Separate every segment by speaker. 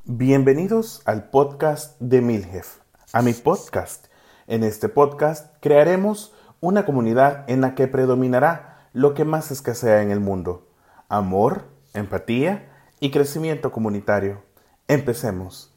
Speaker 1: Bienvenidos al podcast de Milhef, a mi podcast. En este podcast crearemos una comunidad en la que predominará lo que más escasea en el mundo: amor, empatía y crecimiento comunitario. Empecemos.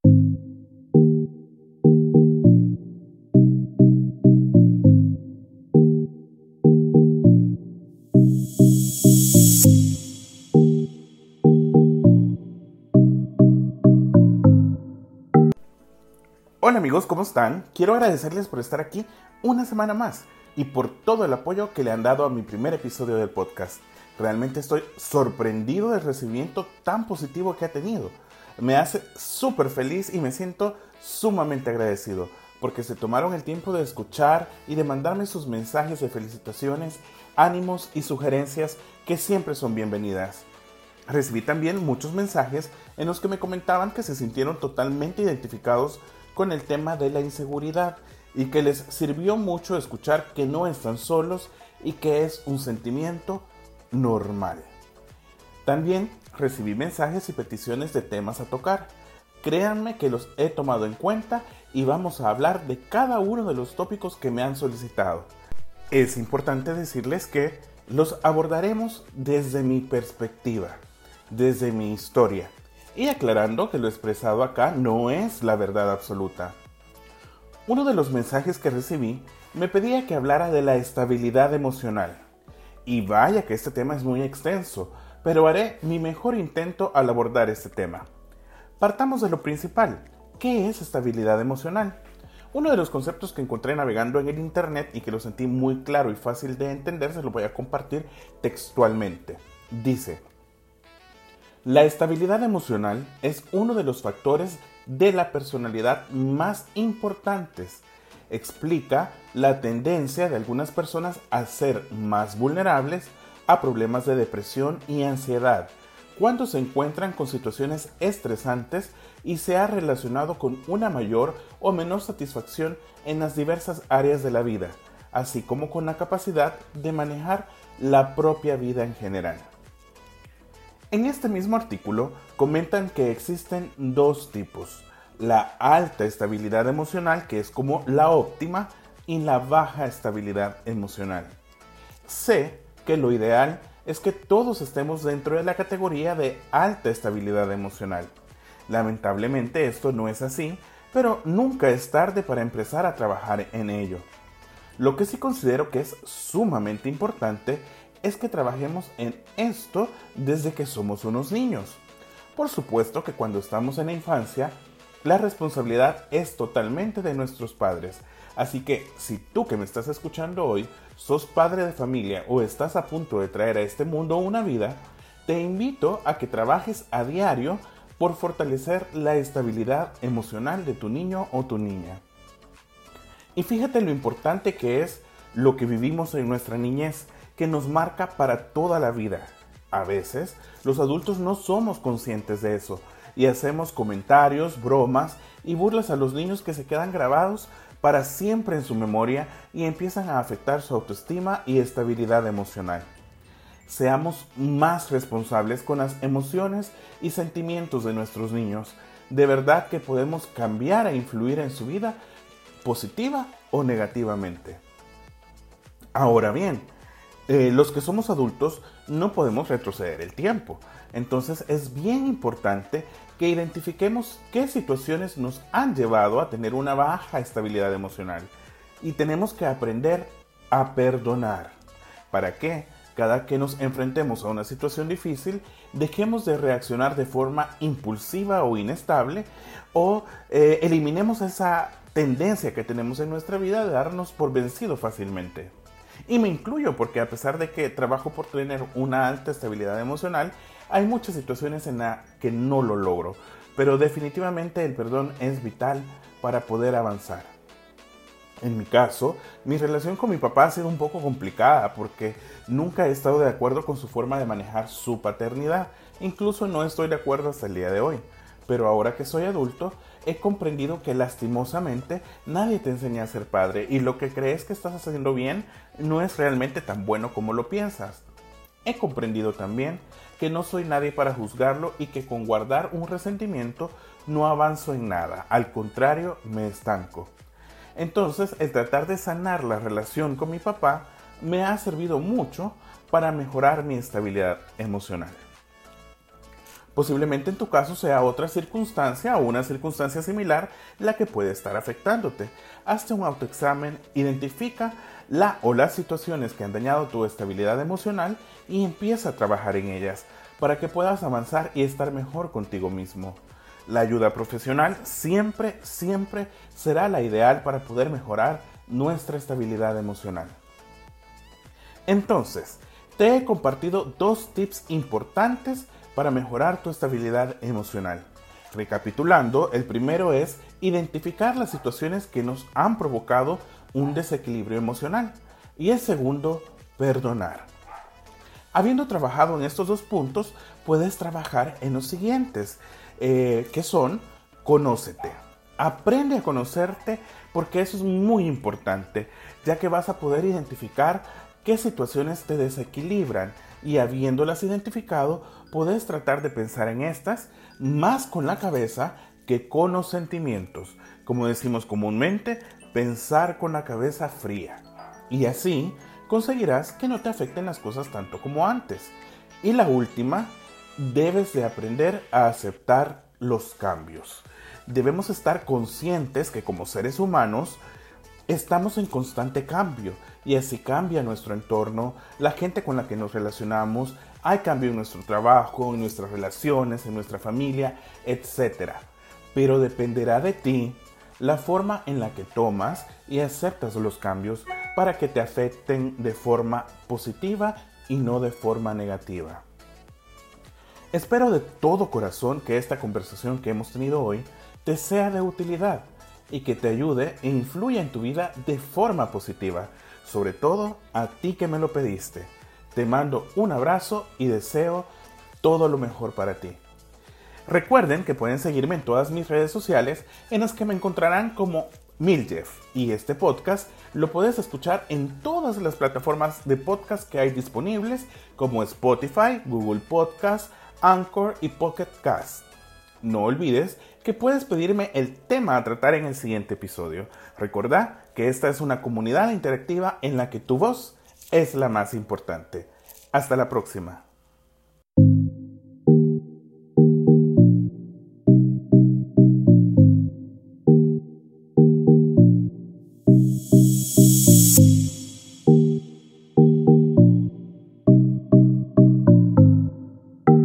Speaker 1: Hola amigos, ¿cómo están? Quiero agradecerles por estar aquí una semana más y por todo el apoyo que le han dado a mi primer episodio del podcast. Realmente estoy sorprendido del recibimiento tan positivo que ha tenido. Me hace súper feliz y me siento sumamente agradecido porque se tomaron el tiempo de escuchar y de mandarme sus mensajes de felicitaciones, ánimos y sugerencias que siempre son bienvenidas. Recibí también muchos mensajes en los que me comentaban que se sintieron totalmente identificados con el tema de la inseguridad y que les sirvió mucho escuchar que no están solos y que es un sentimiento normal. También recibí mensajes y peticiones de temas a tocar. Créanme que los he tomado en cuenta y vamos a hablar de cada uno de los tópicos que me han solicitado. Es importante decirles que los abordaremos desde mi perspectiva, desde mi historia, y aclarando que lo expresado acá no es la verdad absoluta. Uno de los mensajes que recibí me pedía que hablara de la estabilidad emocional. Y vaya que este tema es muy extenso, pero haré mi mejor intento al abordar este tema. Partamos de lo principal. ¿Qué es estabilidad emocional? Uno de los conceptos que encontré navegando en el internet y que lo sentí muy claro y fácil de entender, se lo voy a compartir textualmente. Dice: la estabilidad emocional es uno de los factores de la personalidad más importantes. Explica la tendencia de algunas personas a ser más vulnerables a problemas de depresión y ansiedad cuando se encuentran con situaciones estresantes y se ha relacionado con una mayor o menor satisfacción en las diversas áreas de la vida, así como con la capacidad de manejar la propia vida en general. En este mismo artículo comentan que existen dos tipos: la alta estabilidad emocional, que es como la óptima, y la baja estabilidad emocional. Sé que lo ideal es que todos estemos dentro de la categoría de alta estabilidad emocional. Lamentablemente esto no es así, pero nunca es tarde para empezar a trabajar en ello. Lo que sí considero que es sumamente importante es que trabajemos en esto desde que somos unos niños. Por supuesto que cuando estamos en la infancia, la responsabilidad es totalmente de nuestros padres. Así que si tú que me estás escuchando hoy sos padre de familia o estás a punto de traer a este mundo una vida, te invito a que trabajes a diario por fortalecer la estabilidad emocional de tu niño o tu niña. Y fíjate lo importante que es lo que vivimos en nuestra niñez, que nos marca para toda la vida. A veces, los adultos no somos conscientes de eso y hacemos comentarios, bromas y burlas a los niños que se quedan grabados para siempre en su memoria y empiezan a afectar su autoestima y estabilidad emocional. Seamos más responsables con las emociones y sentimientos de nuestros niños. De verdad que podemos cambiar e influir en su vida positiva o negativamente. Ahora bien, los que somos adultos no podemos retroceder el tiempo. Entonces es bien importante que identifiquemos qué situaciones nos han llevado a tener una baja estabilidad emocional. Y tenemos que aprender a perdonar. ¿Para qué? Cada que nos enfrentemos a una situación difícil, dejemos de reaccionar de forma impulsiva o inestable o eliminemos esa tendencia que tenemos en nuestra vida de darnos por vencido fácilmente. Y me incluyo porque a pesar de que trabajo por tener una alta estabilidad emocional, hay muchas situaciones en las que no lo logro, pero definitivamente el perdón es vital para poder avanzar. En mi caso, mi relación con mi papá ha sido un poco complicada porque nunca he estado de acuerdo con su forma de manejar su paternidad, incluso no estoy de acuerdo hasta el día de hoy. Pero ahora que soy adulto, he comprendido que lastimosamente nadie te enseña a ser padre y lo que crees que estás haciendo bien no es realmente tan bueno como lo piensas. He comprendido también que no soy nadie para juzgarlo y que con guardar un resentimiento no avanzo en nada, al contrario, me estanco. Entonces, el tratar de sanar la relación con mi papá me ha servido mucho para mejorar mi estabilidad emocional. Posiblemente en tu caso sea otra circunstancia o una circunstancia similar la que puede estar afectándote. Hazte un autoexamen, identifica la o las situaciones que han dañado tu estabilidad emocional y empieza a trabajar en ellas para que puedas avanzar y estar mejor contigo mismo. La ayuda profesional siempre será la ideal para poder mejorar nuestra estabilidad emocional. Entonces, te he compartido 2 tips importantes para mejorar tu estabilidad emocional. Recapitulando, el primero es identificar las situaciones que nos han provocado un desequilibrio emocional. Y el segundo, perdonar. Habiendo trabajado en estos 2 puntos, puedes trabajar en los siguientes, que son: conócete. Aprende a conocerte porque eso es muy importante, ya que vas a poder identificar qué situaciones te desequilibran y habiéndolas identificado, puedes tratar de pensar en estas más con la cabeza que con los sentimientos. Como decimos comúnmente, pensar con la cabeza fría. Y así conseguirás que no te afecten las cosas tanto como antes. Y la última, debes de aprender a aceptar los cambios. Debemos estar conscientes que como seres humanos estamos en constante cambio y así cambia nuestro entorno, la gente con la que nos relacionamos, hay cambio en nuestro trabajo, en nuestras relaciones, en nuestra familia, etc. Pero dependerá de ti la forma en la que tomas y aceptas los cambios para que te afecten de forma positiva y no de forma negativa. Espero de todo corazón que esta conversación que hemos tenido hoy te sea de utilidad y que te ayude e influya en tu vida de forma positiva, sobre todo a ti que me lo pediste. Te mando un abrazo y deseo todo lo mejor para ti. Recuerden que pueden seguirme en todas mis redes sociales en las que me encontrarán como Miljef y este podcast lo puedes escuchar en todas las plataformas de podcast que hay disponibles como Spotify, Google Podcast, Anchor y Pocket Cast. No olvides que puedes pedirme el tema a tratar en el siguiente episodio. Recordá que esta es una comunidad interactiva en la que tu voz es la más importante. Hasta la próxima.